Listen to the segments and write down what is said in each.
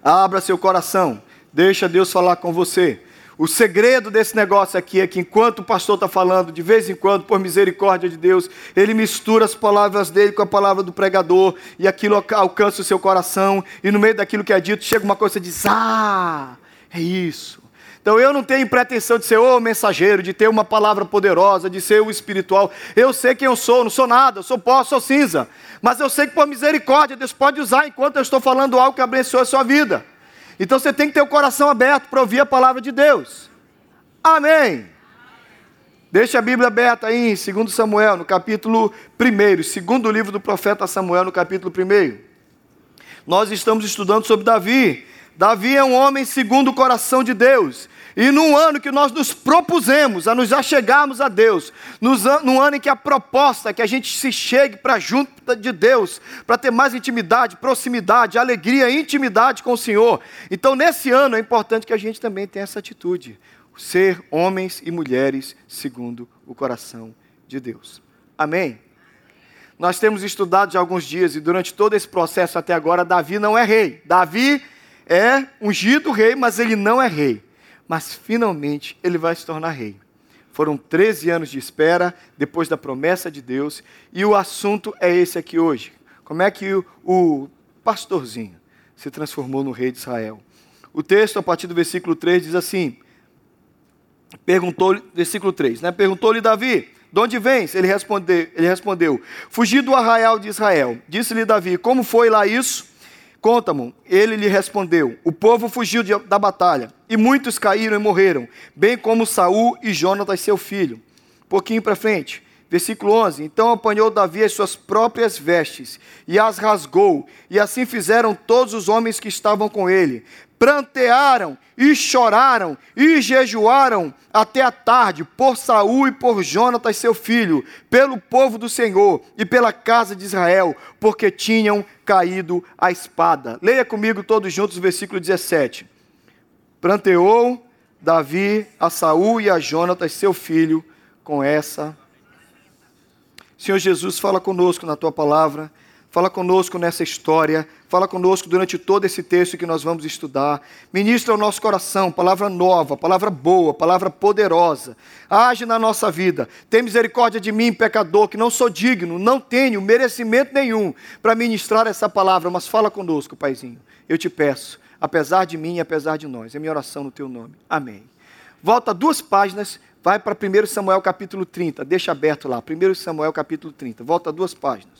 Abra seu coração, deixa Deus falar com você. O segredo desse negócio aqui é que enquanto o pastor está falando, de vez em quando, por misericórdia de Deus, ele mistura as palavras dele com a palavra do pregador, e aquilo alcança o seu coração, e no meio daquilo que é dito, chega uma coisa e diz, é isso. Então eu não tenho pretensão de ser o mensageiro, de ter uma palavra poderosa, de ser o espiritual. Eu sei quem eu sou, não sou nada, eu sou pó, sou cinza. Mas eu sei que por misericórdia Deus pode usar enquanto eu estou falando algo que abençoe a sua vida. Então você tem que ter o coração aberto para ouvir a palavra de Deus. Amém. Deixa a Bíblia aberta aí em 2 Samuel, no capítulo 1. Segundo livro do profeta Samuel, no capítulo 1. Nós estamos estudando sobre Davi. Davi é um homem segundo o coração de Deus. E num ano que nós nos propusemos a nos achegarmos a Deus, num ano em que a proposta é que a gente se chegue para junto de Deus, para ter mais intimidade, proximidade, alegria, intimidade com o Senhor. Então nesse ano é importante que a gente também tenha essa atitude, ser homens e mulheres segundo o coração de Deus. Amém? Nós temos estudado já alguns dias e durante todo esse processo até agora, Davi não é rei. Davi é ungido rei, mas ele não é rei. Mas finalmente ele vai se tornar rei. Foram 13 anos de espera, depois da promessa de Deus, e o assunto é esse aqui hoje. Como é que o pastorzinho se transformou no rei de Israel? O texto, a partir do versículo 3, diz assim, versículo 3, né? Perguntou-lhe Davi, de onde vens? Ele respondeu, fugi do arraial de Israel. Disse-lhe Davi, como foi lá isso? Conta-me. Ele lhe respondeu, o povo fugiu da batalha, e muitos caíram e morreram, bem como Saul e Jonatas seu filho. Um pouquinho para frente, versículo 11, então apanhou Davi as suas próprias vestes, e as rasgou, e assim fizeram todos os homens que estavam com ele. Prantearam e choraram e jejuaram até a tarde por Saul e por Jonatas seu filho, pelo povo do Senhor e pela casa de Israel, porque tinham caído a espada. Leia comigo todos juntos o versículo 17. Pranteou Davi a Saul e a Jonatas seu filho com essa. Senhor Jesus, fala conosco na tua palavra. Fala conosco nessa história, fala conosco durante todo esse texto que nós vamos estudar. Ministra o nosso coração, palavra nova, palavra boa, palavra poderosa. Age na nossa vida. Tem misericórdia de mim, pecador, que não sou digno, não tenho merecimento nenhum para ministrar essa palavra, mas fala conosco, Paizinho. Eu te peço, apesar de mim e apesar de nós. É minha oração no teu nome. Amém. Volta 2 páginas, vai para 1 Samuel capítulo 30. Deixa aberto lá, 1 Samuel capítulo 30. Volta 2 páginas.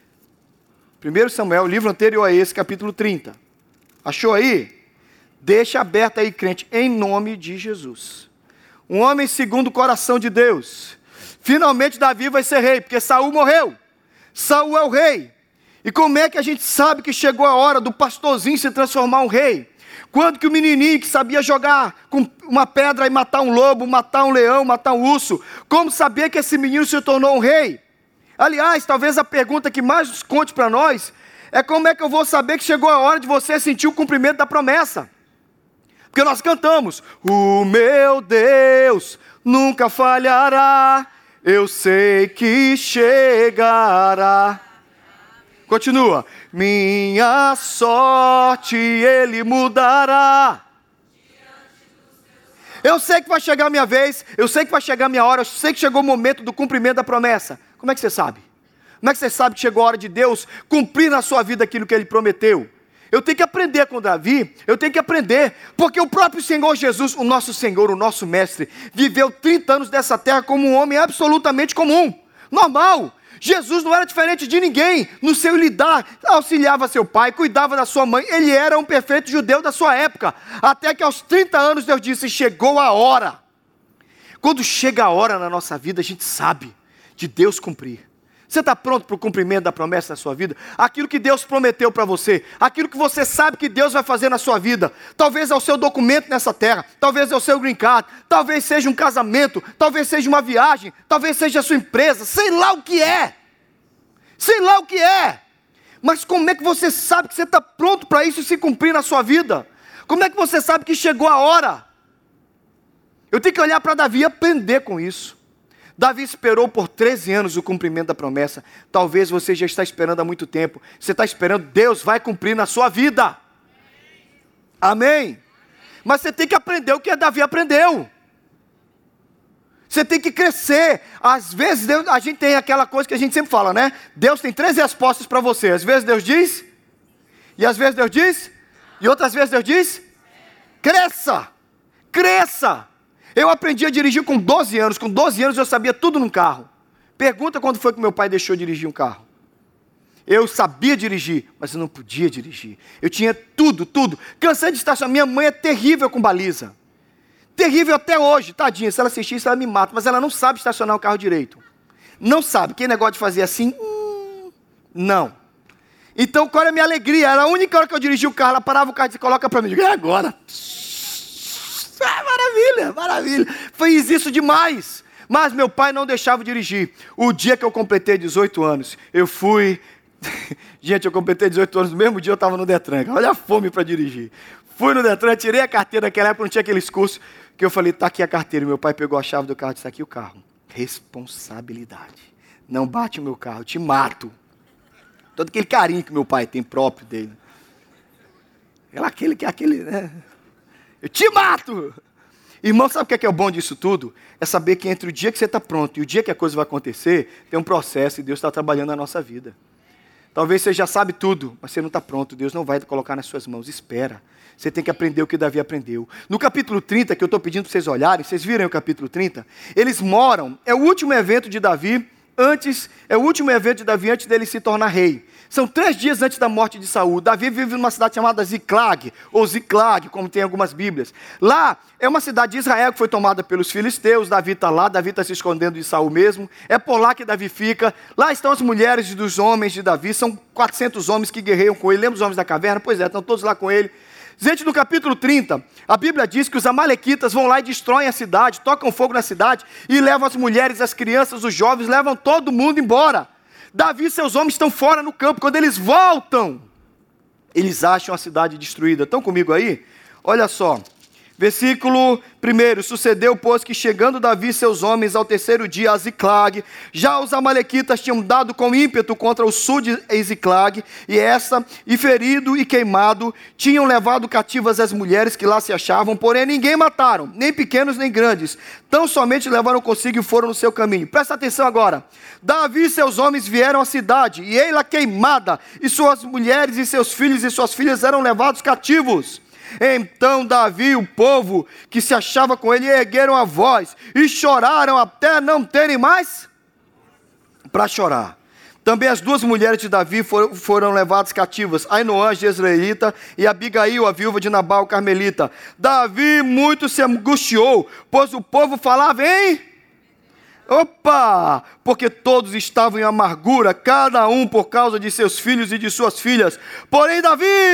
1 Samuel, livro anterior a esse, capítulo 30. Achou aí? Deixa aberto aí, crente, em nome de Jesus. Um homem segundo o coração de Deus. Finalmente Davi vai ser rei, porque Saul morreu. Saul é o rei. E como é que a gente sabe que chegou a hora do pastorzinho se transformar em um rei? Quando que o menininho que sabia jogar com uma pedra e matar um lobo, matar um leão, matar um urso, como saber que esse menino se tornou um rei? Aliás, talvez a pergunta que mais conte para nós é como é que eu vou saber que chegou a hora de você sentir o cumprimento da promessa? Porque nós cantamos, o meu Deus nunca falhará, eu sei que chegará. Continua, minha sorte ele mudará. Eu sei que vai chegar a minha vez, eu sei que vai chegar a minha hora, eu sei que chegou o momento do cumprimento da promessa. Como é que você sabe? Como é que você sabe que chegou a hora de Deus cumprir na sua vida aquilo que Ele prometeu? Eu tenho que aprender com Davi, eu tenho que aprender, porque o próprio Senhor Jesus, o nosso Senhor, o nosso Mestre, viveu 30 anos dessa terra como um homem absolutamente comum, normal. Jesus não era diferente de ninguém no seu lidar, auxiliava seu pai, cuidava da sua mãe, ele era um perfeito judeu da sua época, até que aos 30 anos Deus disse, chegou a hora. Quando chega a hora na nossa vida, a gente sabe de Deus cumprir. Você está pronto para o cumprimento da promessa na sua vida? Aquilo que Deus prometeu para você, aquilo que você sabe que Deus vai fazer na sua vida, talvez é o seu documento nessa terra, talvez é o seu green card, talvez seja um casamento, talvez seja uma viagem, talvez seja a sua empresa, sei lá o que é, mas como é que você sabe que você está pronto para isso se cumprir na sua vida? Como é que você sabe que chegou a hora? Eu tenho que olhar para Davi e aprender com isso. Davi esperou por 13 anos o cumprimento da promessa. Talvez você já está esperando há muito tempo. Você está esperando, Deus vai cumprir na sua vida. Amém? Mas você tem que aprender o que Davi aprendeu. Você tem que crescer. Às vezes a gente tem aquela coisa que a gente sempre fala, né? Deus tem 3 respostas para você. Às vezes Deus diz, e às vezes Deus diz, e outras vezes Deus diz, cresça, cresça. Eu aprendi a dirigir com 12 anos. Com 12 anos eu sabia tudo num carro. Pergunta quando foi que meu pai deixou dirigir um carro. Eu sabia dirigir, mas eu não podia dirigir. Eu tinha tudo. Cansei de estacionar. Minha mãe é terrível com baliza. Terrível até hoje, tadinha. Se ela assistir isso, ela me mata. Mas ela não sabe estacionar o carro direito. Não sabe. Que negócio de fazer assim? Não. Então, qual é a minha alegria? Era a única hora que eu dirigi o carro, ela parava o carro e disse, coloca para mim. Eu digo, é agora. Maravilha, maravilha. Fiz isso demais. Mas meu pai não deixava dirigir. O dia que eu completei 18 anos, eu fui... Gente, eu completei 18 anos, no mesmo dia eu estava no Detran. Olha a fome para dirigir. Fui no Detran, tirei a carteira, naquela época não tinha aqueles cursos, que eu falei, tá aqui a carteira. Meu pai pegou a chave do carro e disse, aqui o carro. Responsabilidade. Não bate o meu carro, eu te mato. Todo aquele carinho que meu pai tem próprio dele. Aquele, né? Eu te mato! Irmão, sabe o que é o bom disso tudo? É saber que entre o dia que você está pronto e o dia que a coisa vai acontecer, tem um processo e Deus está trabalhando na nossa vida. Talvez você já sabe tudo, mas você não está pronto. Deus não vai colocar nas suas mãos. Espera. Você tem que aprender o que Davi aprendeu. No capítulo 30, que eu estou pedindo para vocês olharem, vocês viram o capítulo 30? Eles moram, é o último evento de Davi, antes dele se tornar rei. São 3 dias antes da morte de Saul. Davi vive numa cidade chamada Ziclag, ou Ziclag, como tem algumas bíblias. Lá é uma cidade de Israel que foi tomada pelos filisteus. Davi está lá, Davi está se escondendo de Saul mesmo. É por lá que Davi fica. Lá estão as mulheres e dos homens de Davi. São 400 homens que guerreiam com ele. Lembra os homens da caverna? Pois é, estão todos lá com ele. Gente, no capítulo 30, a Bíblia diz que os amalequitas vão lá e destroem a cidade, tocam fogo na cidade e levam as mulheres, as crianças, os jovens, levam todo mundo embora. Davi e seus homens estão fora no campo. Quando eles voltam, eles acham a cidade destruída. Estão comigo aí? Olha só. Versículo 1. Sucedeu, pois, que chegando Davi e seus homens ao 3º dia a Ziclag, já os amalequitas tinham dado com ímpeto contra o sul de Ziclag, e ferido e queimado, tinham levado cativas as mulheres que lá se achavam, porém ninguém mataram, nem pequenos nem grandes, tão somente levaram consigo e foram no seu caminho. Presta atenção agora. Davi e seus homens vieram à cidade, e ei-la queimada, e suas mulheres e seus filhos e suas filhas eram levados cativos. Então Davi e o povo que se achava com ele ergueram a voz e choraram até não terem mais para chorar. Também as 2 mulheres de Davi foram levadas cativas, Ainoã, jezreelita, e Abigail, a viúva de Nabal, carmelita. Davi muito se angustiou, pois o povo falava em... porque todos estavam em amargura, cada um por causa de seus filhos e de suas filhas. Porém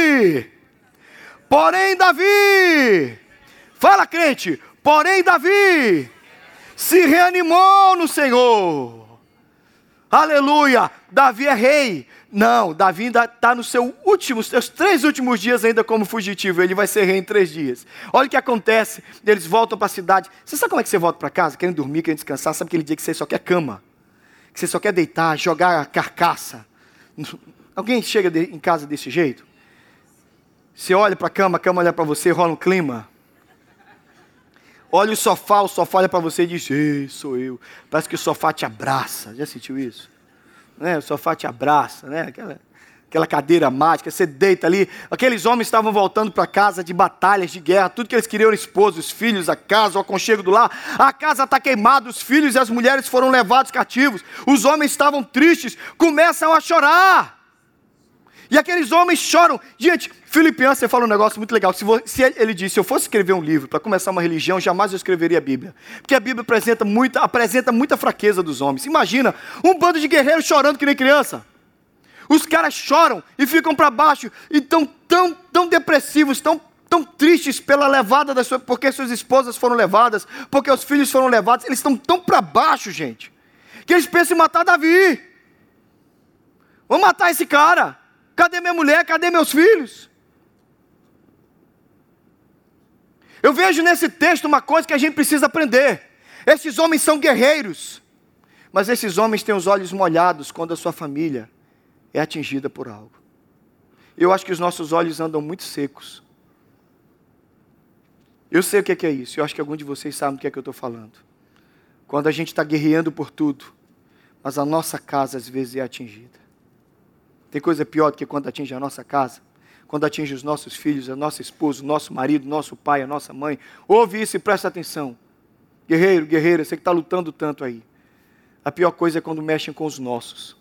Davi, fala crente, porém Davi se reanimou no Senhor. Aleluia, Davi é rei. Não, Davi ainda está nos seus 3 últimos dias ainda como fugitivo. Ele vai ser rei em 3 dias. Olha o que acontece, eles voltam para a cidade. Você sabe como é que você volta para casa? Querendo dormir, querendo descansar. Sabe aquele dia que você só quer cama? Que você só quer deitar, jogar a carcaça. Alguém chega em casa desse jeito? Você olha para a cama olha para você, rola um clima. Olha o sofá olha para você e diz, ei, sou eu. Parece que o sofá te abraça. Já sentiu isso? Né? O sofá te abraça, né? Aquela cadeira mágica, você deita ali. Aqueles homens estavam voltando para casa de batalhas, de guerra. Tudo que eles queriam era esposa, os filhos, a casa, o aconchego do lar. A casa está queimada, os filhos e as mulheres foram levados cativos. Os homens estavam tristes, começam a chorar. E aqueles homens choram. Gente, Filipenses, você fala um negócio muito legal. Se ele disse, se eu fosse escrever um livro para começar uma religião, jamais eu escreveria a Bíblia. Porque a Bíblia apresenta muita fraqueza dos homens. Imagina, um bando de guerreiros chorando que nem criança. Os caras choram e ficam para baixo. E estão tão depressivos, tão tristes pela levada porque suas esposas foram levadas, porque os filhos foram levados. Eles estão tão para baixo, gente, que eles pensam em matar Davi. Vamos matar esse cara. Cadê minha mulher? Cadê meus filhos? Eu vejo nesse texto uma coisa que a gente precisa aprender. Esses homens são guerreiros, mas esses homens têm os olhos molhados quando a sua família é atingida por algo. Eu acho que os nossos olhos andam muito secos Eu sei o que é isso. Eu acho que alguns de vocês sabem do que é que eu estou falando. Quando a gente está guerreando por tudo, mas a nossa casa às vezes é atingida. Tem coisa pior do que quando atinge a nossa casa? Quando atinge os nossos filhos, a nossa esposa, o nosso marido, o nosso pai, a nossa mãe. Ouve isso e presta atenção. Guerreiro, guerreira, você que está lutando tanto aí. A pior coisa é quando mexem com os nossos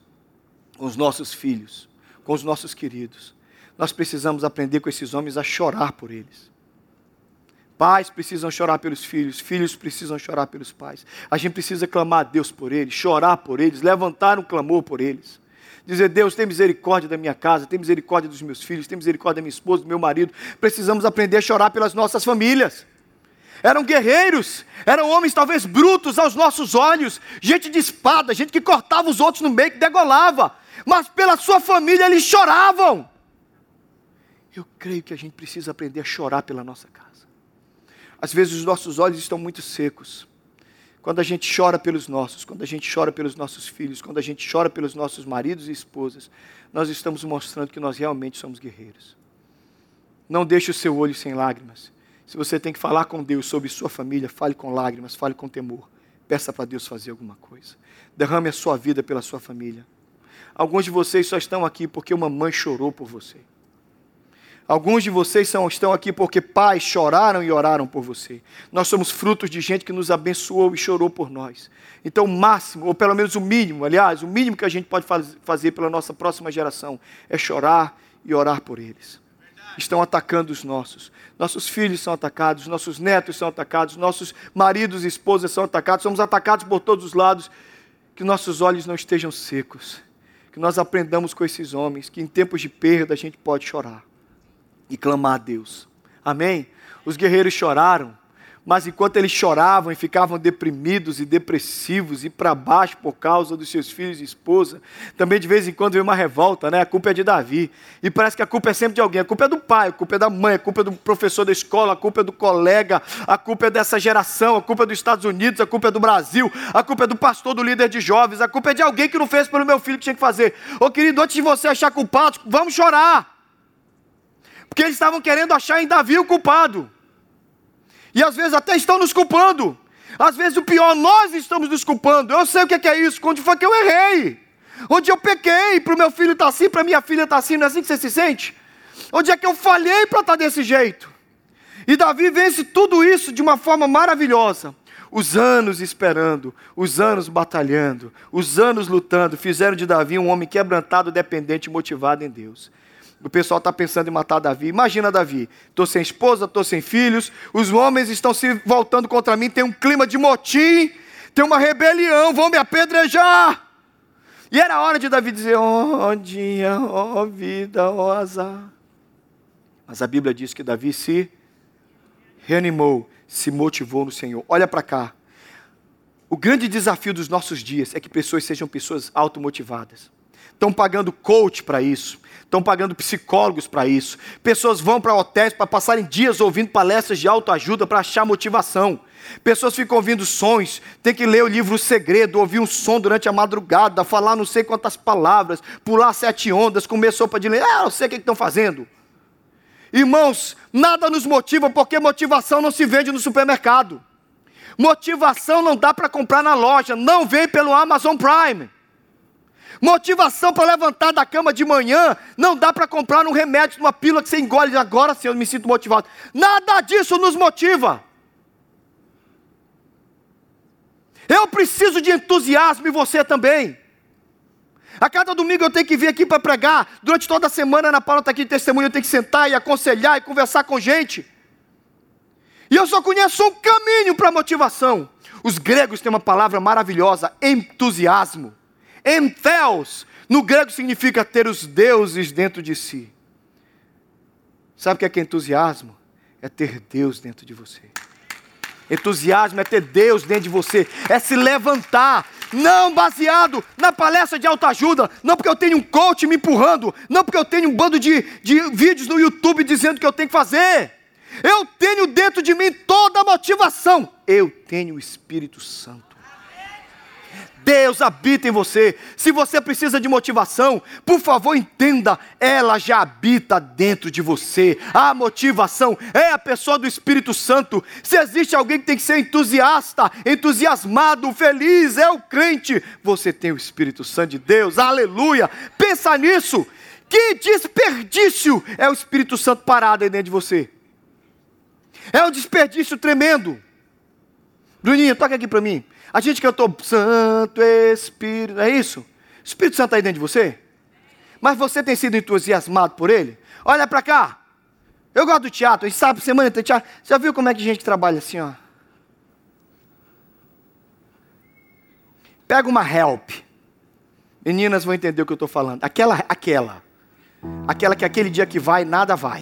filhos, com os nossos queridos. Nós precisamos aprender com esses homens a chorar por eles. Pais precisam chorar pelos filhos, filhos precisam chorar pelos pais. A gente precisa clamar a Deus por eles, chorar por eles, levantar um clamor por eles. Dizer, Deus, tem misericórdia da minha casa, tem misericórdia dos meus filhos, tem misericórdia da minha esposa, do meu marido. Precisamos aprender a chorar pelas nossas famílias. Eram guerreiros, eram homens talvez brutos aos nossos olhos, gente de espada, gente que cortava os outros no meio, que degolava. Mas pela sua família eles choravam. Eu creio que a gente precisa aprender a chorar pela nossa casa. Às vezes os nossos olhos estão muito secos. Quando a gente chora pelos nossos, quando a gente chora pelos nossos filhos, quando a gente chora pelos nossos maridos e esposas, nós estamos mostrando que nós realmente somos guerreiros. Não deixe o seu olho sem lágrimas. Se você tem que falar com Deus sobre sua família, fale com lágrimas, fale com temor. Peça para Deus fazer alguma coisa. Derrame a sua vida pela sua família. Alguns de vocês só estão aqui porque uma mãe chorou por você. Alguns de vocês estão aqui porque pais choraram e oraram por você. Nós somos frutos de gente que nos abençoou e chorou por nós. Então o máximo, ou pelo menos o mínimo, aliás, o mínimo que a gente pode fazer pela nossa próxima geração é chorar e orar por eles. Estão atacando os nossos. Nossos filhos são atacados, nossos netos são atacados, nossos maridos e esposas são atacados, somos atacados por todos os lados. Que nossos olhos não estejam secos. Que nós aprendamos com esses homens que em tempos de perda a gente pode chorar e clamar a Deus. Amém? Os guerreiros choraram, mas enquanto eles choravam e ficavam deprimidos e depressivos e para baixo por causa dos seus filhos e esposa, também de vez em quando veio uma revolta, né? A culpa é de Davi. E parece que a culpa é sempre de alguém. A culpa é do pai, a culpa é da mãe, a culpa é do professor da escola, a culpa é do colega, a culpa é dessa geração, a culpa é dos Estados Unidos, a culpa é do Brasil, a culpa é do pastor, do líder de jovens, a culpa é de alguém que não fez pelo meu filho que tinha que fazer. Ô querido, antes de você achar culpado, vamos chorar. Porque eles estavam querendo achar em Davi o culpado. E às vezes até estão nos culpando. Às vezes o pior, nós estamos nos culpando. Eu sei o que é isso. Onde foi que eu errei? Onde eu pequei para o meu filho estar assim, para a minha filha estar assim. Não é assim que você se sente? Onde é que eu falhei para estar desse jeito? E Davi vence tudo isso de uma forma maravilhosa. Os anos esperando, os anos batalhando, os anos lutando, fizeram de Davi um homem quebrantado, dependente e motivado em Deus. O pessoal está pensando em matar Davi. Imagina Davi, estou sem esposa, estou sem filhos, os homens estão se voltando contra mim, tem um clima de motim, tem uma rebelião, vão me apedrejar. E era hora de Davi dizer, ó dia, ó vida, ó azar. Mas a Bíblia diz que Davi se reanimou, se motivou no Senhor. Olha para cá. O grande desafio dos nossos dias é que pessoas sejam pessoas automotivadas. Estão pagando coach para isso. Estão pagando psicólogos para isso. Pessoas vão para hotéis para passarem dias ouvindo palestras de autoajuda para achar motivação. Pessoas ficam ouvindo sons, tem que ler o livro O Segredo, ouvir um som durante a madrugada, falar não sei quantas palavras, pular 7 ondas, comer sopa de leite. Eu sei o que estão fazendo. Irmãos, nada nos motiva porque motivação não se vende no supermercado. Motivação não dá para comprar na loja, não vem pelo Amazon Prime. Motivação para levantar da cama de manhã não dá para comprar um remédio, uma pílula que você engole. Agora sim eu me sinto motivado. Nada disso nos motiva. Eu preciso de entusiasmo e você também. A cada domingo eu tenho que vir aqui para pregar. Durante toda a semana na palavra aqui de testemunho eu tenho que sentar e aconselhar e conversar com gente. E eu só conheço um caminho para motivação. Os gregos têm uma palavra maravilhosa, entusiasmo. Entheos, no grego significa ter os deuses dentro de si. Sabe o que é entusiasmo? É ter Deus dentro de você. Entusiasmo é ter Deus dentro de você, é se levantar, não baseado na palestra de autoajuda, não porque eu tenho um coach me empurrando, não porque eu tenho um bando de vídeos no YouTube dizendo o que eu tenho que fazer. Eu tenho dentro de mim toda a motivação. Eu tenho o Espírito Santo. Deus habita em você. Se você precisa de motivação, por favor entenda, ela já habita dentro de você. A motivação é a pessoa do Espírito Santo. Se existe alguém que tem que ser entusiasta, entusiasmado, feliz, é o crente. Você tem o Espírito Santo de Deus, aleluia. Pensa nisso, que desperdício é o Espírito Santo parado aí dentro de você. É um desperdício tremendo. Bruninho, toca aqui para mim. A gente cantou Santo Espírito, é isso? O Espírito Santo está aí dentro de você? Mas você tem sido entusiasmado por ele? Olha para cá. Eu gosto do teatro, a gente sabe, semana tem teatro. Já viu como é que a gente trabalha assim, ó? Pega uma help. Meninas vão entender o que eu estou falando. Aquela que aquele dia que vai, nada vai.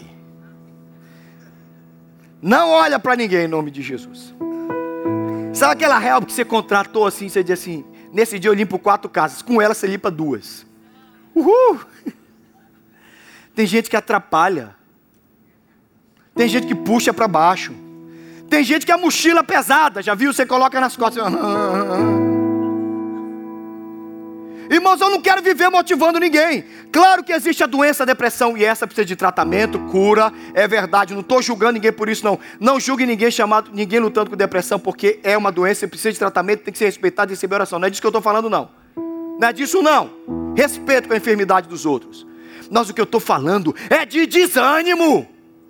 Não olha para ninguém em nome de Jesus. Sabe aquela help que você contratou assim, você diz assim, nesse dia eu limpo 4 casas, com ela você limpa 2. Uhul! Tem gente que atrapalha. Tem gente que puxa para baixo. Tem gente que a mochila pesada, já viu? Você coloca nas costas. Irmãos, eu não quero viver motivando ninguém. Claro que existe a doença, a depressão, e essa precisa de tratamento, cura, é verdade. Não estou julgando ninguém por isso, não. Não julgue ninguém lutando com depressão, porque é uma doença, precisa de tratamento, tem que ser respeitado e receber oração. Não é disso que eu estou falando, não. Não é disso, não. Respeito com a enfermidade dos outros. Mas o que eu estou falando é de desânimo.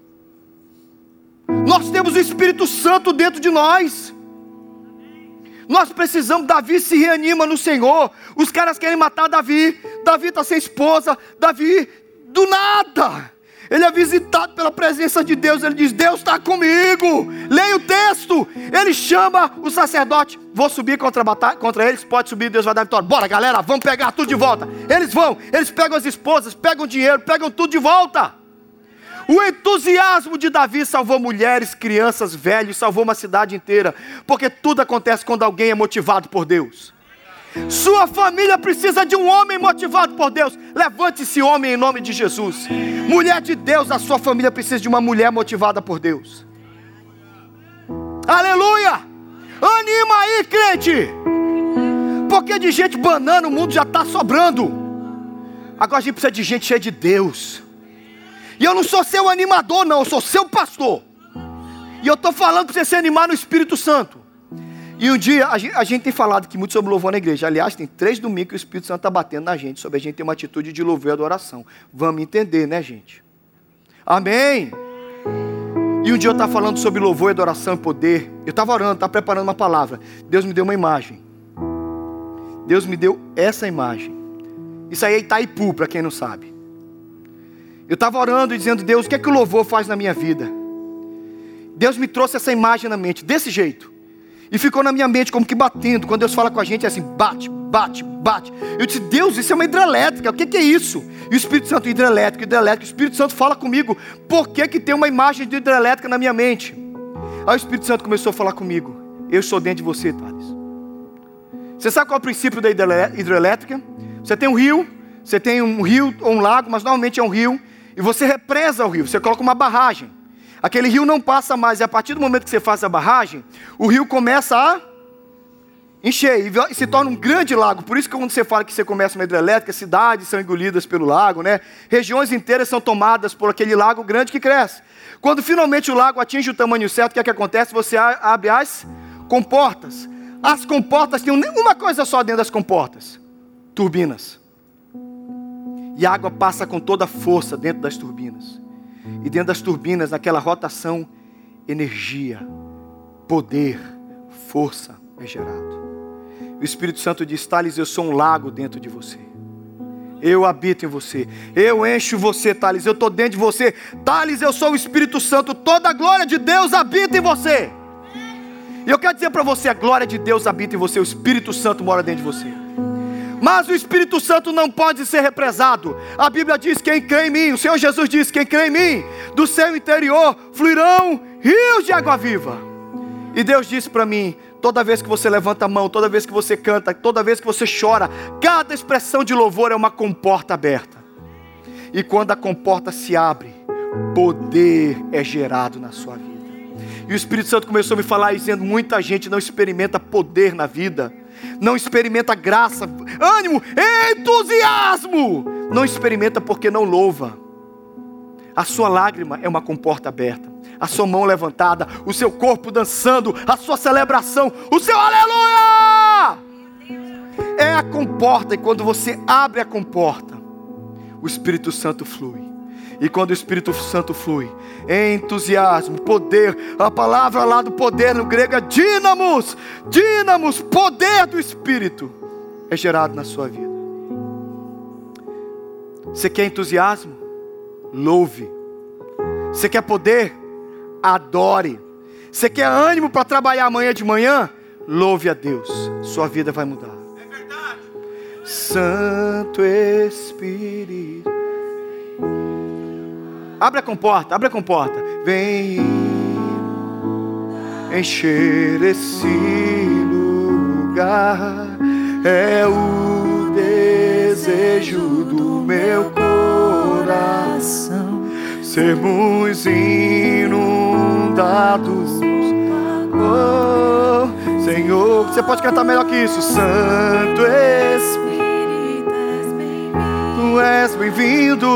Nós temos o Espírito Santo dentro de nós. Nós precisamos, Davi se reanima no Senhor. Os caras querem matar Davi. Davi está sem esposa. Davi, do nada, ele é visitado pela presença de Deus. Ele diz, Deus está comigo. Leia o texto. Ele chama o sacerdote. Vou subir contra eles. Pode subir, Deus vai dar vitória. Bora galera, vamos pegar tudo de volta. Eles vão, eles pegam as esposas, pegam o dinheiro, pegam tudo de volta. O entusiasmo de Davi salvou mulheres, crianças, velhos, salvou uma cidade inteira. Porque tudo acontece quando alguém é motivado por Deus. Sua família precisa de um homem motivado por Deus. Levante-se, homem, em nome de Jesus. Mulher de Deus, a sua família precisa de uma mulher motivada por Deus. Aleluia! Anima aí, crente! Porque de gente banana o mundo já está sobrando. Agora a gente precisa de gente cheia de Deus. E eu não sou seu animador, não, eu sou seu pastor. E eu estou falando para você se animar no Espírito Santo. E um dia, a gente tem falado aqui muito sobre louvor na igreja. Aliás, tem 3 domingos que o Espírito Santo está batendo na gente, sobre a gente ter uma atitude de louvor e adoração. Vamos entender, né, gente? Amém? E um dia eu estava falando sobre louvor, adoração e poder. Eu estava orando, estava preparando uma palavra. Deus me deu uma imagem. Deus me deu essa imagem. Isso aí é Itaipu, para quem não sabe. Eu estava orando e dizendo, Deus, o que é que o louvor faz na minha vida? Deus me trouxe essa imagem na mente, desse jeito. E ficou na minha mente como que batendo. Quando Deus fala com a gente é assim, bate, bate, bate. Eu disse, Deus, isso é uma hidrelétrica, o que é isso? E o Espírito Santo, hidrelétrica, o Espírito Santo fala comigo, por que que tem uma imagem de hidrelétrica na minha mente? Aí o Espírito Santo começou a falar comigo, eu estou dentro de você, Thales. Você sabe qual é o princípio da hidrelétrica? Você tem um rio ou um lago, mas normalmente é um rio, e você represa o rio, você coloca uma barragem. Aquele rio não passa mais, e a partir do momento que você faz a barragem, o rio começa a encher, e se torna um grande lago. Por isso que quando você fala que você começa uma hidrelétrica, cidades são engolidas pelo lago, né? Regiões inteiras são tomadas por aquele lago grande que cresce. Quando finalmente o lago atinge o tamanho certo, o que é que acontece? Você abre as comportas. As comportas têm uma coisa só dentro das comportas: turbinas. E a água passa com toda a força dentro das turbinas. E dentro das turbinas, naquela rotação, energia, poder, força é gerado. O Espírito Santo diz, Thales, eu sou um lago dentro de você. Eu habito em você. Eu encho você, Thales. Eu estou dentro de você. Thales, eu sou o Espírito Santo. Toda a glória de Deus habita em você. E eu quero dizer para você, a glória de Deus habita em você. O Espírito Santo mora dentro de você. Mas o Espírito Santo não pode ser represado. A Bíblia diz, quem crê em mim, o Senhor Jesus diz, quem crê em mim, do seu interior fluirão rios de água viva. E Deus disse para mim, toda vez que você levanta a mão, toda vez que você canta, toda vez que você chora, cada expressão de louvor é uma comporta aberta. E quando a comporta se abre, poder é gerado na sua vida. E o Espírito Santo começou a me falar dizendo, muita gente não experimenta poder na vida. não experimenta graça, ânimo, entusiasmo, não experimenta porque não louva. A sua lágrima é uma comporta aberta, a sua mão levantada, o seu corpo dançando, a sua celebração, o seu aleluia! É a comporta, e quando você abre a comporta, o Espírito Santo flui. E quando o Espírito Santo flui, entusiasmo, poder, a palavra lá do poder no grego é dínamos, poder do Espírito é gerado na sua vida. Você quer entusiasmo? Louve. Você quer poder? Adore. Você quer ânimo para trabalhar amanhã de manhã? Louve a Deus, sua vida vai mudar. É verdade. Santo Espírito, abre a comporta, vem encher esse lugar, é o desejo do meu coração, sermos inundados, oh Senhor. Você pode cantar melhor que isso. Santo Espírito, tu és bem-vindo,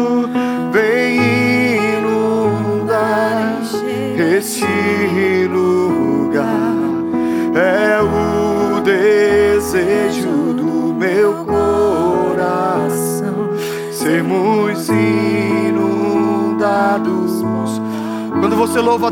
vem inundar este lugar, é o desejo do meu coração, sermos inundados. Quando você louva a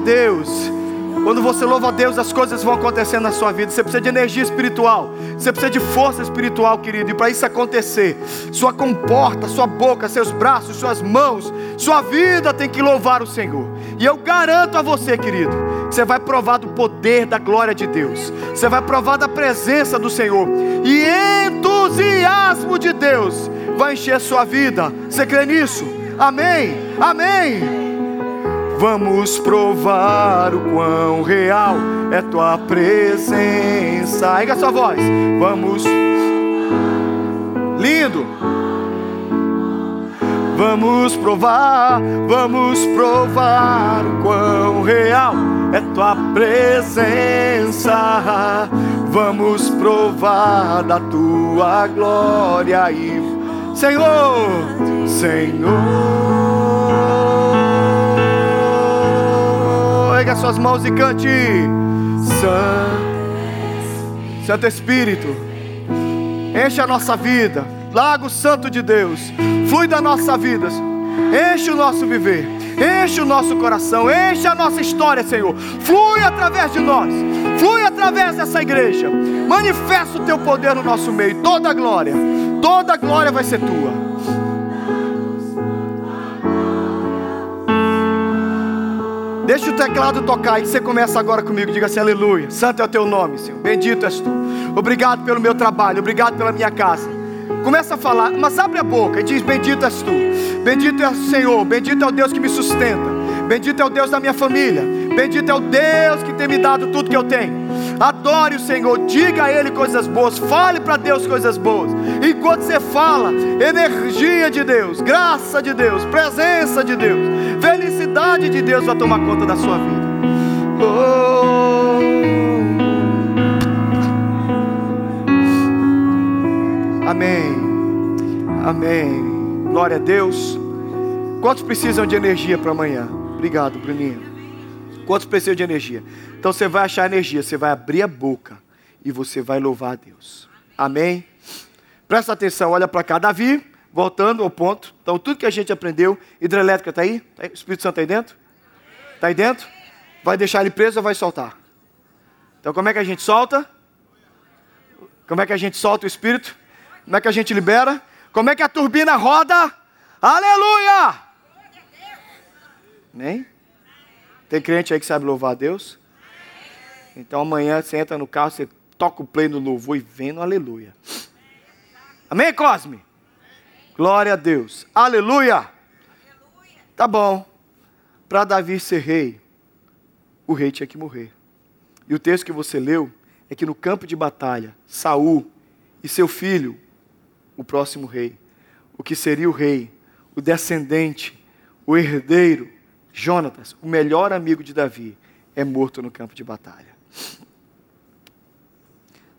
Deus, as coisas vão acontecer na sua vida. Você precisa de energia espiritual, você precisa de força espiritual, querido. E para isso acontecer, sua comporta, sua boca, seus braços, suas mãos, sua vida tem que louvar o Senhor. E eu garanto a você, querido, que você vai provar do poder da glória de Deus, você vai provar da presença do Senhor, e entusiasmo de Deus vai encher a sua vida. Você crê nisso? Amém? Amém. Vamos provar o quão real é tua presença. Erga a sua voz. Vamos. Lindo. Vamos provar o quão real é tua presença. Vamos provar da tua glória e Senhor, erga suas mãos e cante. Santo Espírito, enche a nossa vida. Lago Santo de Deus, flui da nossa vida, enche o nosso viver, enche o nosso coração, enche a nossa história, Senhor. Flui através de nós, flui através dessa igreja. Manifesta o teu poder no nosso meio. Toda a glória vai ser tua. Deixa o teclado tocar e você começa agora comigo. Diga assim: aleluia. Santo é o teu nome, Senhor. Bendito és tu. Obrigado pelo meu trabalho, obrigado pela minha casa. Começa a falar, mas abre a boca e diz: bendito és tu. Bendito é o Senhor. Bendito é o Deus que me sustenta. Bendito é o Deus da minha família. Bendito é o Deus que tem me dado tudo que eu tenho. Adore o Senhor, diga a Ele coisas boas, fale para Deus coisas boas. Enquanto você fala, energia de Deus, graça de Deus, presença de Deus, felicidade de Deus vai tomar conta da sua vida. Oh. Amém. Amém. Glória a Deus. Quantos precisam de energia para amanhã? Obrigado, Bruninho. Quantos precisam de energia? Então você vai achar energia, você vai abrir a boca e você vai louvar a Deus. Amém? Presta atenção, olha para cá. Davi, voltando ao ponto. Então tudo que a gente aprendeu, hidrelétrica está aí? O Espírito Santo está aí dentro? Está aí dentro? Vai deixar ele preso ou vai soltar? Então como é que a gente solta? Como é que a gente solta o Espírito? Como é que a gente libera? Como é que a turbina roda? Aleluia! Amém? Tem crente aí que sabe louvar a Deus? Então amanhã você entra no carro, você toca o play no louvor e vem no aleluia. Amém, Cosme? Glória a Deus. Aleluia! Tá bom. Para Davi ser rei, o rei tinha que morrer. E o texto que você leu é que no campo de batalha, Saul e seu filho, o próximo rei, o que seria o rei, o descendente, o herdeiro, Jonatas, o melhor amigo de Davi, é morto no campo de batalha.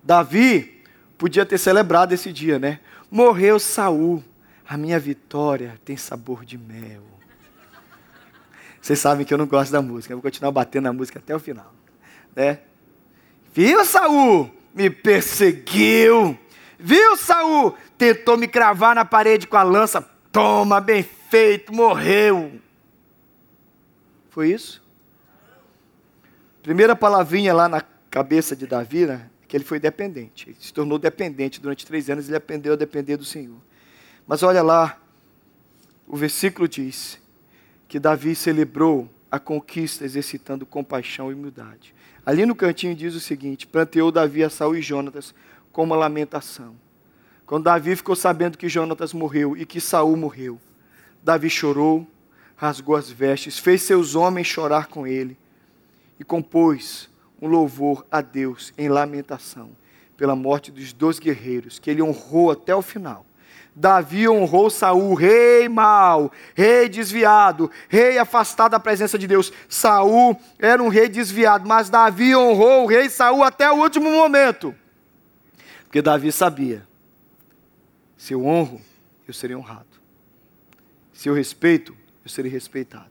Davi podia ter celebrado esse dia, né? Morreu Saul, a minha vitória tem sabor de mel. Vocês sabem que eu não gosto da música, eu vou continuar batendo na música até o final, né? Viu, Saul? Me perseguiu. Viu, Saul? Tentou me cravar na parede com a lança. Toma, bem feito, morreu. Foi isso? Primeira palavrinha lá na cabeça de Davi, né? Que ele foi dependente. Ele se tornou dependente. Durante 3 anos ele aprendeu a depender do Senhor. Mas olha lá, o versículo diz que Davi celebrou a conquista exercitando compaixão e humildade. Ali no cantinho diz o seguinte: planteou Davi a Saul e Jonatas com uma lamentação. Quando Davi ficou sabendo que Jonatas morreu e que Saul morreu, Davi chorou, rasgou as vestes, fez seus homens chorar com ele e compôs um louvor a Deus em lamentação pela morte dos 2 guerreiros que ele honrou até o final. Davi honrou Saul, rei mau, rei desviado, rei afastado da presença de Deus. Saul era um rei desviado, mas Davi honrou o rei Saul até o último momento. Porque Davi sabia, se eu honro, eu serei honrado. Se eu respeito, eu serei respeitado.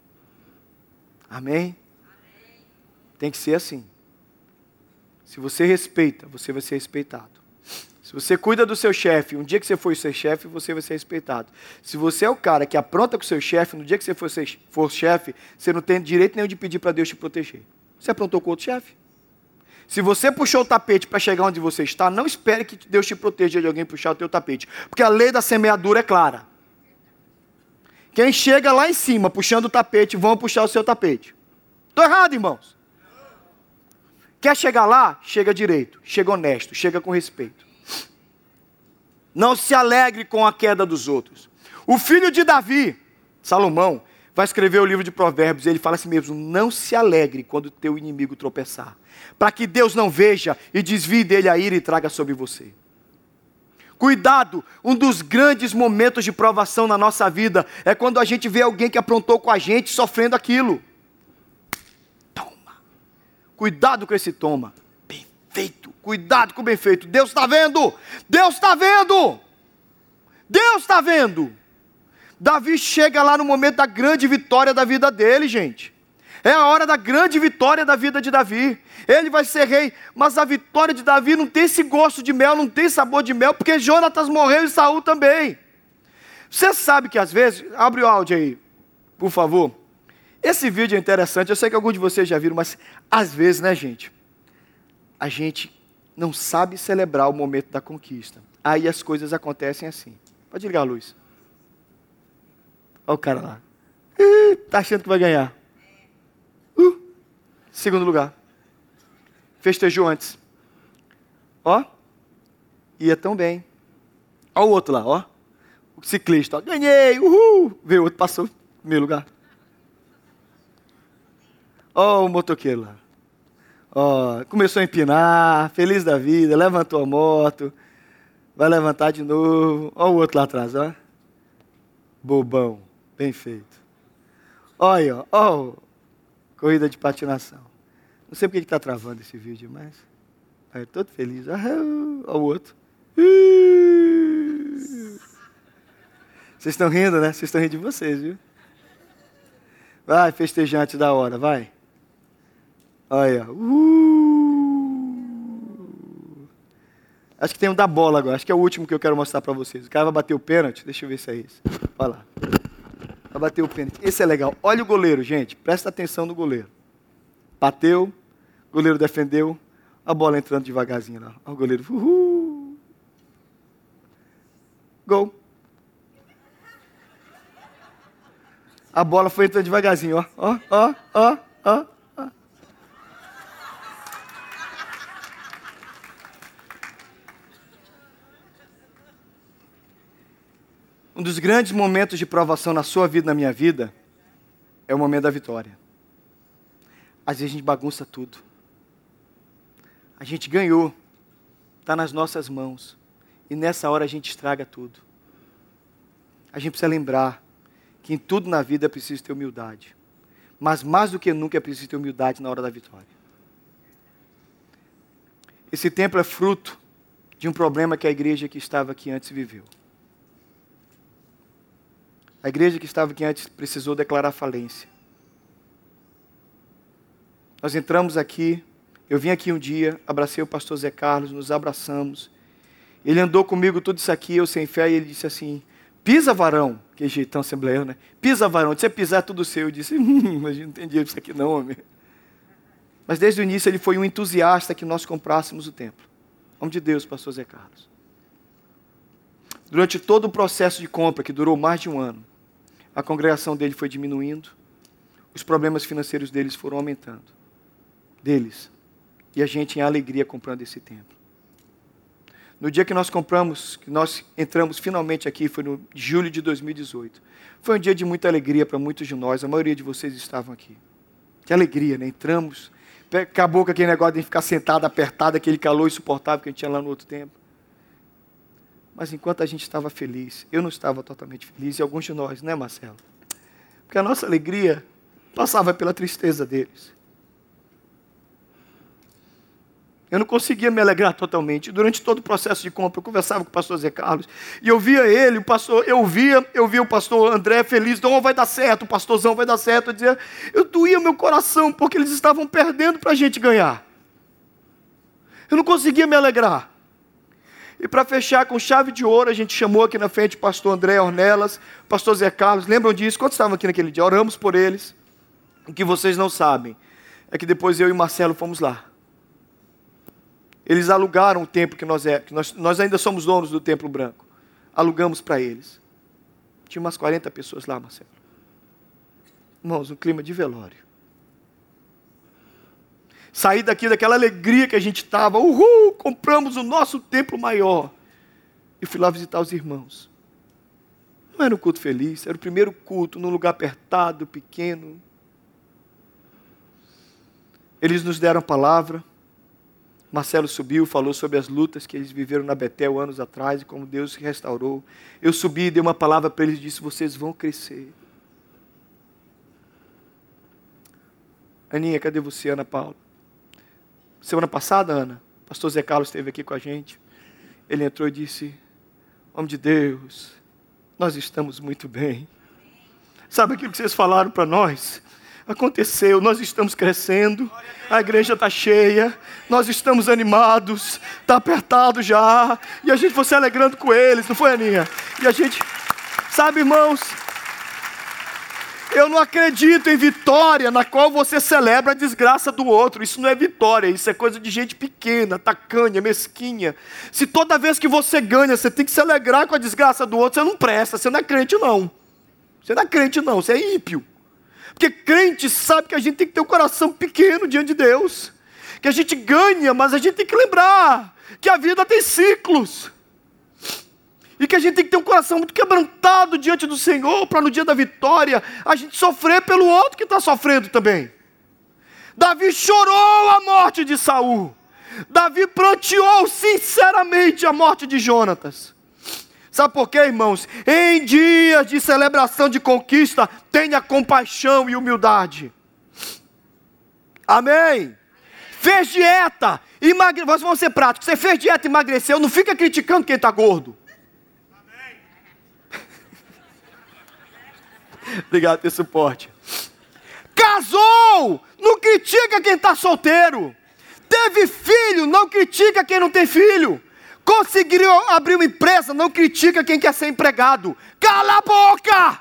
Amém? Tem que ser assim. Se você respeita, você vai ser respeitado. Se você cuida do seu chefe, um dia que você for ser chefe, você vai ser respeitado. Se você é o cara que apronta com o seu chefe, no dia que você for chefe, você não tem direito nenhum de pedir para Deus te proteger. Você aprontou com outro chefe? Se você puxou o tapete para chegar onde você está, não espere que Deus te proteja de alguém puxar o teu tapete. Porque a lei da semeadura é clara. Quem chega lá em cima puxando o tapete, vão puxar o seu tapete. Estou errado, irmãos? Quer chegar lá? Chega direito, chega honesto, chega com respeito. Não se alegre com a queda dos outros. O filho de Davi, Salomão, vai escrever o livro de Provérbios. Ele fala assim mesmo: não se alegre quando o teu inimigo tropeçar, para que Deus não veja e desvie dele a ira e traga sobre você. Cuidado, um dos grandes momentos de provação na nossa vida é quando a gente vê alguém que aprontou com a gente sofrendo aquilo. Toma. Cuidado com esse toma. Bem feito. Cuidado com o bem feito. Deus está vendo. Deus está vendo. Deus está vendo. Davi chega lá no momento da grande vitória da vida dele, gente. É a hora da grande vitória da vida de Davi. Ele vai ser rei, mas a vitória de Davi não tem esse gosto de mel, não tem sabor de mel, porque Jonatas morreu e Saul também. Você sabe que às vezes, abre o áudio aí, por favor. Esse vídeo é interessante, eu sei que alguns de vocês já viram, mas às vezes, né, gente, a gente não sabe celebrar o momento da conquista. Aí as coisas acontecem assim. Pode ligar a luz. Olha o cara lá. Tá achando que vai ganhar. Segundo lugar. Festejou antes. Ó. Ia tão bem. Ó o outro lá, ó. O ciclista, ó. Ganhei, uhul. Veio o outro, passou. Primeiro lugar. Ó o motoqueiro lá. Ó, começou a empinar, feliz da vida, levantou a moto. Vai levantar de novo. Ó o outro lá atrás, ó. Bobão. Bem feito. Olha, ó. Corrida de patinação. Não sei porque está travando esse vídeo, mas... Aí, todo feliz. Olha o outro. Vocês estão rindo, né? Vocês estão rindo de vocês, viu? Vai, festejante da hora, vai. Olha. Acho que tem um da bola agora. Acho que é o último que eu quero mostrar para vocês. O cara vai bater o pênalti. Deixa eu ver se é esse. Olha lá. Vai bater o pênalti. Esse é legal. Olha o goleiro, gente. Presta atenção no goleiro. Bateu. O goleiro defendeu. A bola entrando devagarzinho lá. Olha o goleiro. Uhul. Gol. A bola foi entrando devagarzinho. Ó, ó, ó, ó, ó. Um dos grandes momentos de provação na sua vida e na minha vida é o momento da vitória. Às vezes a gente bagunça tudo. A gente ganhou. Está nas nossas mãos. E nessa hora a gente estraga tudo. A gente precisa lembrar que em tudo na vida é preciso ter humildade. Mas mais do que nunca é preciso ter humildade na hora da vitória. Esse templo é fruto de um problema que a igreja que estava aqui antes viveu. A igreja que estava aqui antes precisou declarar falência. Nós entramos aqui, eu vim aqui um dia, abracei o pastor Zé Carlos, nos abraçamos. Ele andou comigo tudo isso aqui, eu sem fé, e ele disse assim, pisa varão, que jeitão assembleano, né? Pisa varão, se você pisar é tudo seu. Eu disse, mas não tem dinheiro para isso aqui não, homem. Mas desde o início ele foi um entusiasta que nós comprássemos o templo. Homem de Deus, pastor Zé Carlos. Durante todo o processo de compra, que durou mais de um ano, a congregação dele foi diminuindo, os problemas financeiros deles foram aumentando. E a gente em alegria comprando esse templo. No dia que nós compramos, que nós entramos finalmente aqui, foi no julho de 2018. Foi um dia de muita alegria para muitos de nós, a maioria de vocês estavam aqui. Que alegria, né? Entramos, acabou com aquele negócio de ficar sentado, apertado, aquele calor insuportável que a gente tinha lá no outro tempo. Mas enquanto a gente estava feliz, eu não estava totalmente feliz, e alguns de nós, né, Marcelo? Porque a nossa alegria passava pela tristeza deles. Eu não conseguia me alegrar totalmente. Durante todo o processo de compra, eu conversava com o pastor Zé Carlos, e eu via ele, eu via o pastor André feliz, então vai dar certo, o pastorzão vai dar certo. Eu doía o meu coração, porque eles estavam perdendo para a gente ganhar. Eu não conseguia me alegrar. E para fechar com chave de ouro, a gente chamou aqui na frente o pastor André Ornelas, o pastor Zé Carlos, lembram disso? Quantos estavam aqui naquele dia? Oramos por eles. O que vocês não sabem é que depois eu e Marcelo fomos lá. Eles alugaram o templo que nós ainda somos donos do Templo Branco. Alugamos para eles. Tinha umas 40 pessoas lá, Marcelo. Irmãos, um clima de velório. Saí daqui daquela alegria que a gente estava. Uhul, compramos o nosso templo maior. E fui lá visitar os irmãos. Não era um culto feliz, era o primeiro culto num lugar apertado, pequeno. Eles nos deram a palavra. Marcelo subiu, falou sobre as lutas que eles viveram na Betel anos atrás e como Deus se restaurou. Eu subi e dei uma palavra para eles e disse, vocês vão crescer. Aninha, cadê você, Ana Paula? Semana passada, Ana, o pastor Zé Carlos esteve aqui com a gente. Ele entrou e disse, homem de Deus, nós estamos muito bem. Sabe aquilo que vocês falaram para nós? Aconteceu, nós estamos crescendo, a igreja está cheia, nós estamos animados, está apertado já, e a gente foi se alegrando com eles, não foi, Aninha? E a gente, sabe, irmãos, eu não acredito em vitória na qual você celebra a desgraça do outro. Isso não é vitória, isso é coisa de gente pequena, tacanha, mesquinha. Se toda vez que você ganha, você tem que se alegrar com a desgraça do outro, você não presta, você não é crente não. Você não é crente não, você é ímpio. Porque crente sabe que a gente tem que ter um coração pequeno diante de Deus. Que a gente ganha, mas a gente tem que lembrar que a vida tem ciclos. E que a gente tem que ter um coração muito quebrantado diante do Senhor, para no dia da vitória, a gente sofrer pelo outro que está sofrendo também. Davi chorou a morte de Saul. Davi pranteou sinceramente a morte de Jonatas. Sabe por quê, irmãos? Em dias de celebração de conquista, tenha compaixão e humildade. Amém? Fez dieta, vamos ser práticos. Você fez dieta e emagreceu, não fica criticando quem está gordo. Amém. Obrigado pelo suporte. Casou, não critica quem está solteiro. Teve filho, não critica quem não tem filho. Conseguiu abrir uma empresa, não critica quem quer ser empregado. Cala a boca!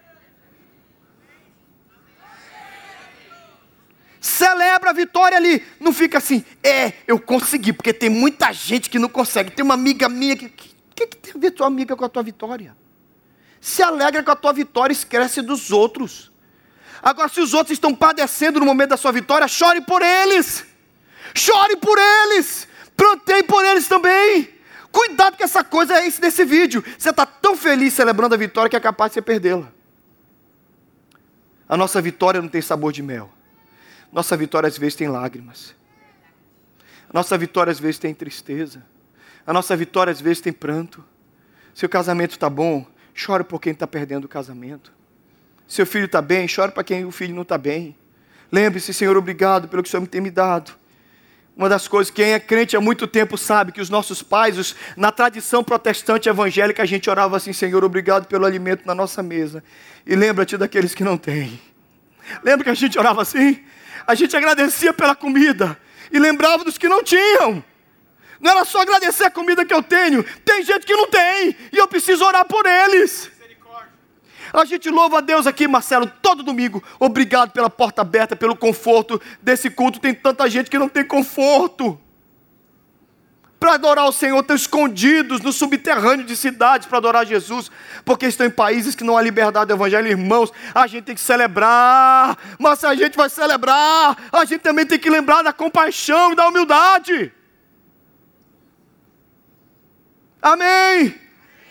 Celebra a vitória ali. Não fica assim, eu consegui, porque tem muita gente que não consegue. Tem uma amiga minha que tem a ver tua amiga com a tua vitória? Se alegra com a tua vitória, esquece dos outros. Agora, se os outros estão padecendo no momento da sua vitória, chore por eles. Chore por eles. Planteie por eles também. Cuidado com essa coisa, é isso desse vídeo. Você está tão feliz celebrando a vitória que é capaz de você perdê-la. A nossa vitória não tem sabor de mel. Nossa vitória às vezes tem lágrimas. A nossa vitória às vezes tem tristeza. A nossa vitória às vezes tem pranto. Seu casamento está bom, chore por quem está perdendo o casamento. Seu filho está bem, chore para quem o filho não está bem. Lembre-se, Senhor, obrigado pelo que o Senhor tem me dado. Uma das coisas, quem é crente há muito tempo sabe que os nossos pais, na tradição protestante evangélica, a gente orava assim: Senhor, obrigado pelo alimento na nossa mesa. E lembra-te daqueles que não têm. Lembra que a gente orava assim? A gente agradecia pela comida e lembrava dos que não tinham. Não era só agradecer a comida que eu tenho. Tem gente que não tem e eu preciso orar por eles. A gente louva a Deus aqui, Marcelo, todo domingo. Obrigado pela porta aberta, pelo conforto desse culto. Tem tanta gente que não tem conforto. Para adorar o Senhor, estão escondidos no subterrâneo de cidades para adorar Jesus, porque estão em países que não há liberdade do evangelho. Irmãos, a gente tem que celebrar, mas se a gente vai celebrar, a gente também tem que lembrar da compaixão e da humildade. Amém?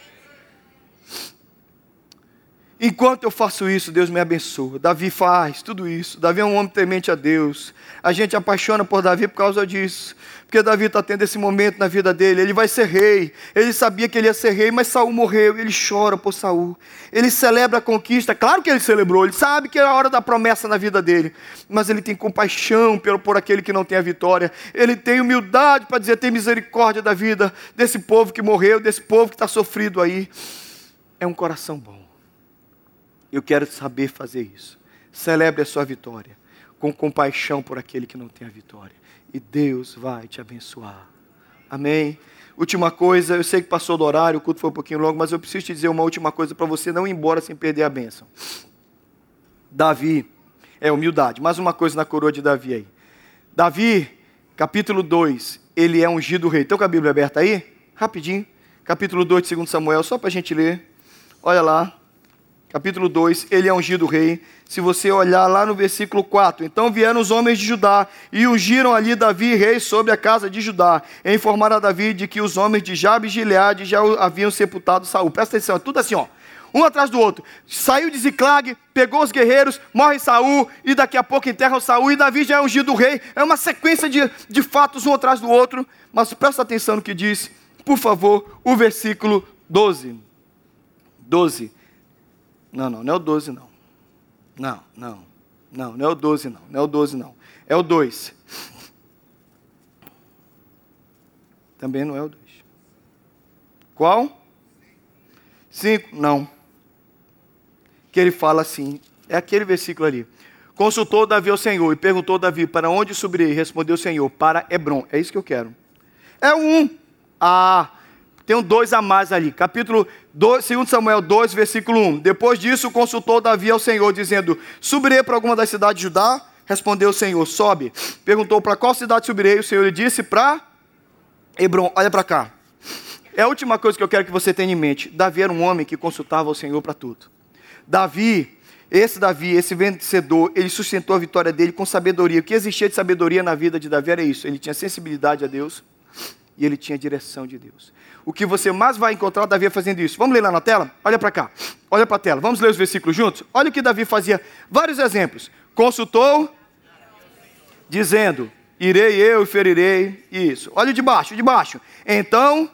Enquanto eu faço isso, Deus me abençoa. Davi faz tudo isso. Davi é um homem temente a Deus. A gente apaixona por Davi por causa disso. Porque Davi está tendo esse momento na vida dele. Ele vai ser rei. Ele sabia que ele ia ser rei, mas Saul morreu. Ele chora por Saul. Ele celebra a conquista. Claro que ele celebrou. Ele sabe que é a hora da promessa na vida dele. Mas ele tem compaixão por aquele que não tem a vitória. Ele tem humildade para dizer: tem misericórdia da vida desse povo que morreu, desse povo que está sofrido aí. É um coração bom. Eu quero saber fazer isso. Celebre a sua vitória, com compaixão por aquele que não tem a vitória. E Deus vai te abençoar. Amém? Última coisa, eu sei que passou do horário, o culto foi um pouquinho longo, mas eu preciso te dizer uma última coisa para você não ir embora sem perder a bênção. Davi, humildade. Mais uma coisa na coroa de Davi aí. Davi, capítulo 2, ele é ungido rei. Estão com a Bíblia aberta aí? Rapidinho. Capítulo 2 de 2 Samuel, só para a gente ler. Olha lá. Capítulo 2, ele é ungido rei. Se você olhar lá no versículo 4. Então vieram os homens de Judá e ungiram ali Davi rei sobre a casa de Judá. E informaram a Davi de que os homens de Jabes e Gileade já haviam sepultado Saul. Presta atenção, é tudo assim, ó. Um atrás do outro. Saiu de Ziclag, pegou os guerreiros, morre Saul, e daqui a pouco enterra o Saul, e Davi já é ungido rei. É uma sequência de fatos um atrás do outro. Mas presta atenção no que diz, por favor, o versículo 12. 12. Não é o 12 não. Não é o 12 não. Não é o 12 não. É o 2. Também não é o 2. Qual? 5? Não. Que ele fala assim, é aquele versículo ali. Consultou Davi ao Senhor e perguntou Davi: para onde subirei? Respondeu o Senhor: para Hebrom. É isso que eu quero. É o 1. Tem um 2 a mais ali. Capítulo 2 Samuel 2, versículo 1. Depois disso, consultou Davi ao Senhor, dizendo: subirei para alguma das cidades de Judá? Respondeu o Senhor: sobe. Perguntou: para qual cidade subirei? O Senhor lhe disse: para Hebrom. Olha para cá. É a última coisa que eu quero que você tenha em mente. Davi era um homem que consultava o Senhor para tudo. Davi, esse vencedor, ele sustentou a vitória dele com sabedoria. O que existia de sabedoria na vida de Davi era isso. Ele tinha sensibilidade a Deus e ele tinha direção de Deus. O que você mais vai encontrar Davi fazendo isso. Vamos ler lá na tela? Olha para cá. Olha para a tela. Vamos ler os versículos juntos? Olha o que Davi fazia. Vários exemplos. Consultou, dizendo: irei eu e ferirei. Isso. Olha de baixo. Então,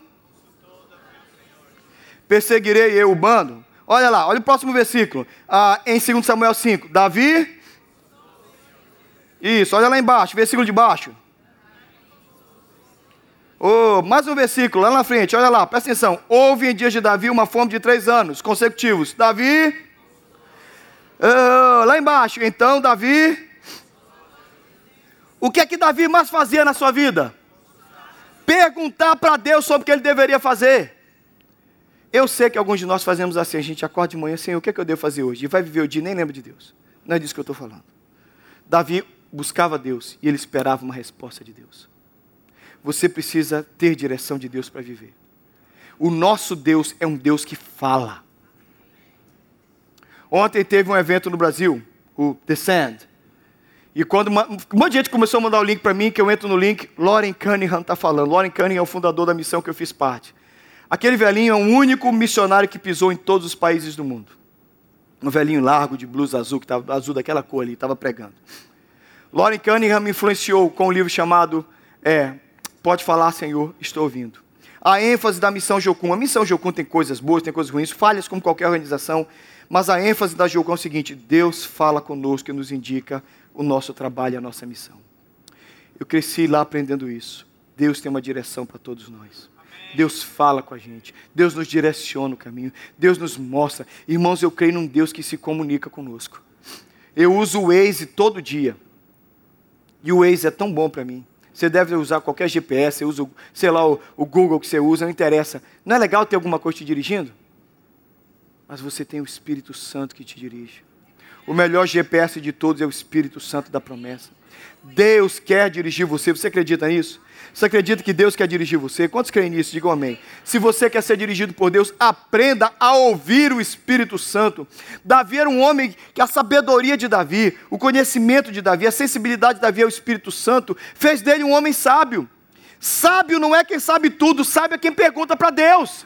perseguirei eu o bando. Olha lá. Olha o próximo versículo. Em 2 Samuel 5. Davi. Isso. Olha lá embaixo. Versículo de baixo. Mais um versículo, lá na frente, olha lá, presta atenção. Houve em dias de Davi uma fome de 3 anos consecutivos. Davi, lá embaixo, então Davi, o que é que Davi mais fazia na sua vida? Perguntar para Deus sobre o que ele deveria fazer. Eu sei que alguns de nós fazemos assim, a gente acorda de manhã, Senhor, o que é que eu devo fazer hoje? E vai viver o dia e nem lembra de Deus. Não é disso que eu estou falando. Davi buscava Deus e ele esperava uma resposta de Deus. Você precisa ter direção de Deus para viver. O nosso Deus é um Deus que fala. Ontem teve um evento no Brasil, o The Sand. E quando um monte de gente começou a mandar o link para mim, que eu entro no link, Loren Cunningham está falando. Loren Cunningham é o fundador da missão que eu fiz parte. Aquele velhinho é o único missionário que pisou em todos os países do mundo. Um velhinho largo, de blusa azul, que estava azul daquela cor ali, estava pregando. Loren Cunningham me influenciou com um livro chamado... Pode falar, Senhor, estou ouvindo. A ênfase da missão Jocum. A missão Jocum tem coisas boas, tem coisas ruins, falhas como qualquer organização. Mas a ênfase da Jocum é o seguinte: Deus fala conosco e nos indica o nosso trabalho e a nossa missão. Eu cresci lá aprendendo isso. Deus tem uma direção para todos nós. Deus fala com a gente. Deus nos direciona o caminho. Deus nos mostra. Irmãos, eu creio num Deus que se comunica conosco. Eu uso o Waze todo dia. E o Waze é tão bom para mim. Você deve usar qualquer GPS, você usa, sei lá, o Google que você usa, não interessa. Não é legal ter alguma coisa te dirigindo? Mas você tem o Espírito Santo que te dirige. O melhor GPS de todos é o Espírito Santo da promessa. Deus quer dirigir você. Você acredita nisso? Você acredita que Deus quer dirigir você? Quantos creem nisso? Digam amém. Se você quer ser dirigido por Deus, aprenda a ouvir o Espírito Santo. Davi era um homem que a sabedoria de Davi, o conhecimento de Davi, a sensibilidade de Davi ao Espírito Santo, fez dele um homem sábio. Sábio não é quem sabe tudo, sábio é quem pergunta para Deus.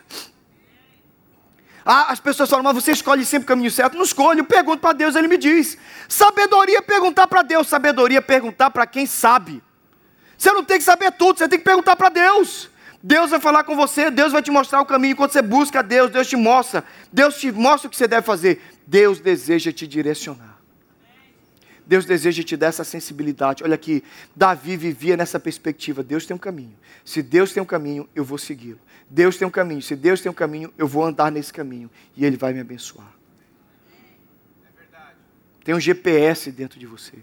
As pessoas falam, mas você escolhe sempre o caminho certo. Não escolho, eu pergunto para Deus, Ele me diz. Sabedoria é perguntar para Deus, sabedoria é perguntar para quem sabe. Você não tem que saber tudo, você tem que perguntar para Deus. Deus vai falar com você, Deus vai te mostrar o caminho. Quando você busca Deus, Deus te mostra o que você deve fazer. Deus deseja te direcionar. Deus deseja te dar essa sensibilidade. Olha aqui, Davi vivia nessa perspectiva. Deus tem um caminho. Se Deus tem um caminho, eu vou segui-lo. Deus tem um caminho. Se Deus tem um caminho, eu vou andar nesse caminho. E Ele vai me abençoar. É verdade. Tem um GPS dentro de você.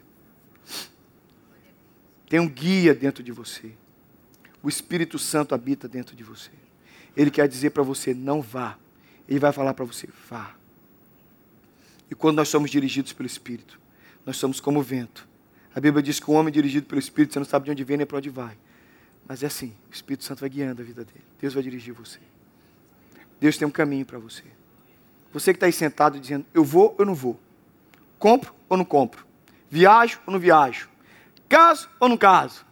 Tem um guia dentro de você. O Espírito Santo habita dentro de você. Ele quer dizer para você, não vá. Ele vai falar para você, vá. E quando nós somos dirigidos pelo Espírito, nós somos como o vento. A Bíblia diz que o homem dirigido pelo Espírito, você não sabe de onde vem nem para onde vai. Mas é assim, o Espírito Santo vai guiando a vida dele. Deus vai dirigir você. Deus tem um caminho para você. Você que está aí sentado dizendo, eu vou ou não vou? Compro ou não compro? Viajo ou não viajo? Caso ou não caso?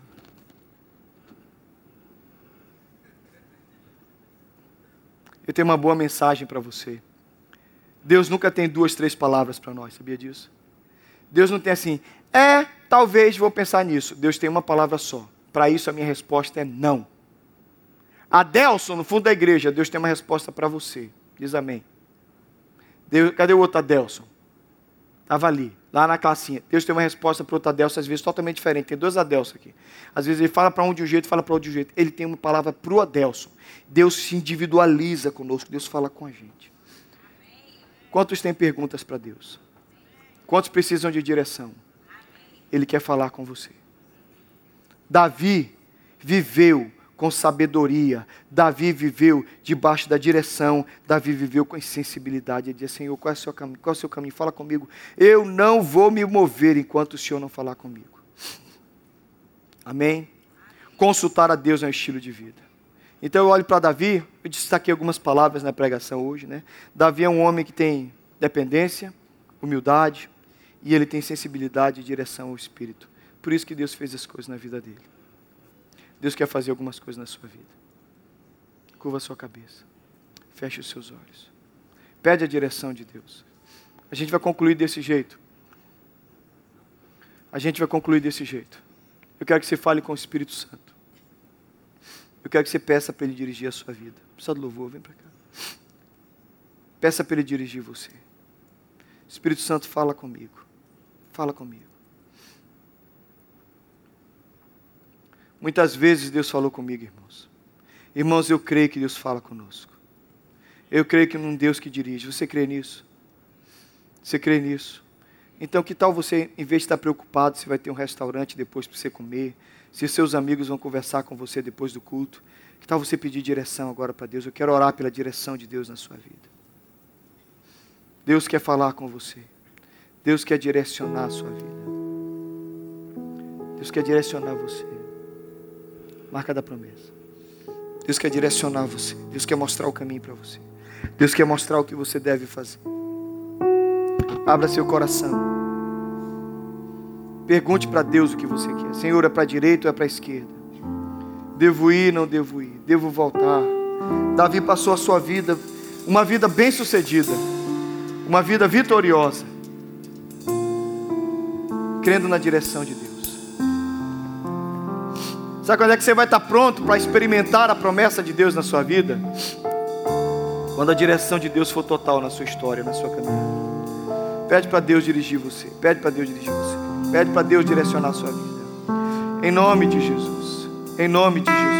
Eu tenho uma boa mensagem para você. Deus nunca tem 2, 3 palavras para nós, sabia disso? Deus não tem assim, talvez vou pensar nisso. Deus tem uma palavra só. Para isso a minha resposta é não. Adelson, no fundo da igreja, Deus tem uma resposta para você. Diz amém. Deus, cadê o outro Adelson? Estava ali, lá na classinha. Deus tem uma resposta para o outro Adelson, às vezes totalmente diferente. Tem 2 Adelson aqui. Às vezes ele fala para um de um jeito, fala para outro de um jeito. Ele tem uma palavra para o Adelson. Deus se individualiza conosco, Deus fala com a gente. Quantos têm perguntas para Deus? Quantos precisam de direção? Ele quer falar com você. Davi viveu com sabedoria. Davi viveu debaixo da direção. Davi viveu com sensibilidade. Ele dizia, Senhor, qual é o seu caminho? Qual é o seu caminho? Fala comigo. Eu não vou me mover enquanto o Senhor não falar comigo. Amém? Consultar a Deus é um estilo de vida. Então eu olho para Davi, eu destaquei algumas palavras na pregação hoje, né? Davi é um homem que tem dependência, humildade, e ele tem sensibilidade e direção ao Espírito. Por isso que Deus fez as coisas na vida dele. Deus quer fazer algumas coisas na sua vida. Curva a sua cabeça. Feche os seus olhos. Pede a direção de Deus. A gente vai concluir desse jeito. Eu quero que você fale com o Espírito Santo. Eu quero que você peça para Ele dirigir a sua vida. Precisa do louvor, vem para cá. Peça para Ele dirigir você. Espírito Santo, fala comigo. Fala comigo. Muitas vezes Deus falou comigo, irmãos. Irmãos, eu creio que Deus fala conosco. Eu creio que num Deus que dirige. Você crê nisso? Você crê nisso? Então, que tal você, em vez de estar preocupado se vai ter um restaurante depois para você comer, se seus amigos vão conversar com você depois do culto, que tal você pedir direção agora para Deus? Eu quero orar pela direção de Deus na sua vida. Deus quer falar com você. Deus quer direcionar a sua vida. Deus quer direcionar você. Marca da promessa. Deus quer direcionar você. Deus quer mostrar o caminho para você. Deus quer mostrar o que você deve fazer. Abra seu coração. Pergunte para Deus o que você quer. Senhor, é para a direita ou é para a esquerda? Devo ir, não devo ir? Devo voltar? Davi passou a sua vida, uma vida bem sucedida, uma vida vitoriosa, crendo na direção de Deus. Sabe quando é que você vai estar pronto para experimentar a promessa de Deus na sua vida? Quando a direção de Deus for total na sua história, na sua caminhada. Pede para Deus dirigir você. Pede para Deus dirigir você. Pede para Deus direcionar a sua vida. Em nome de Jesus. Em nome de Jesus.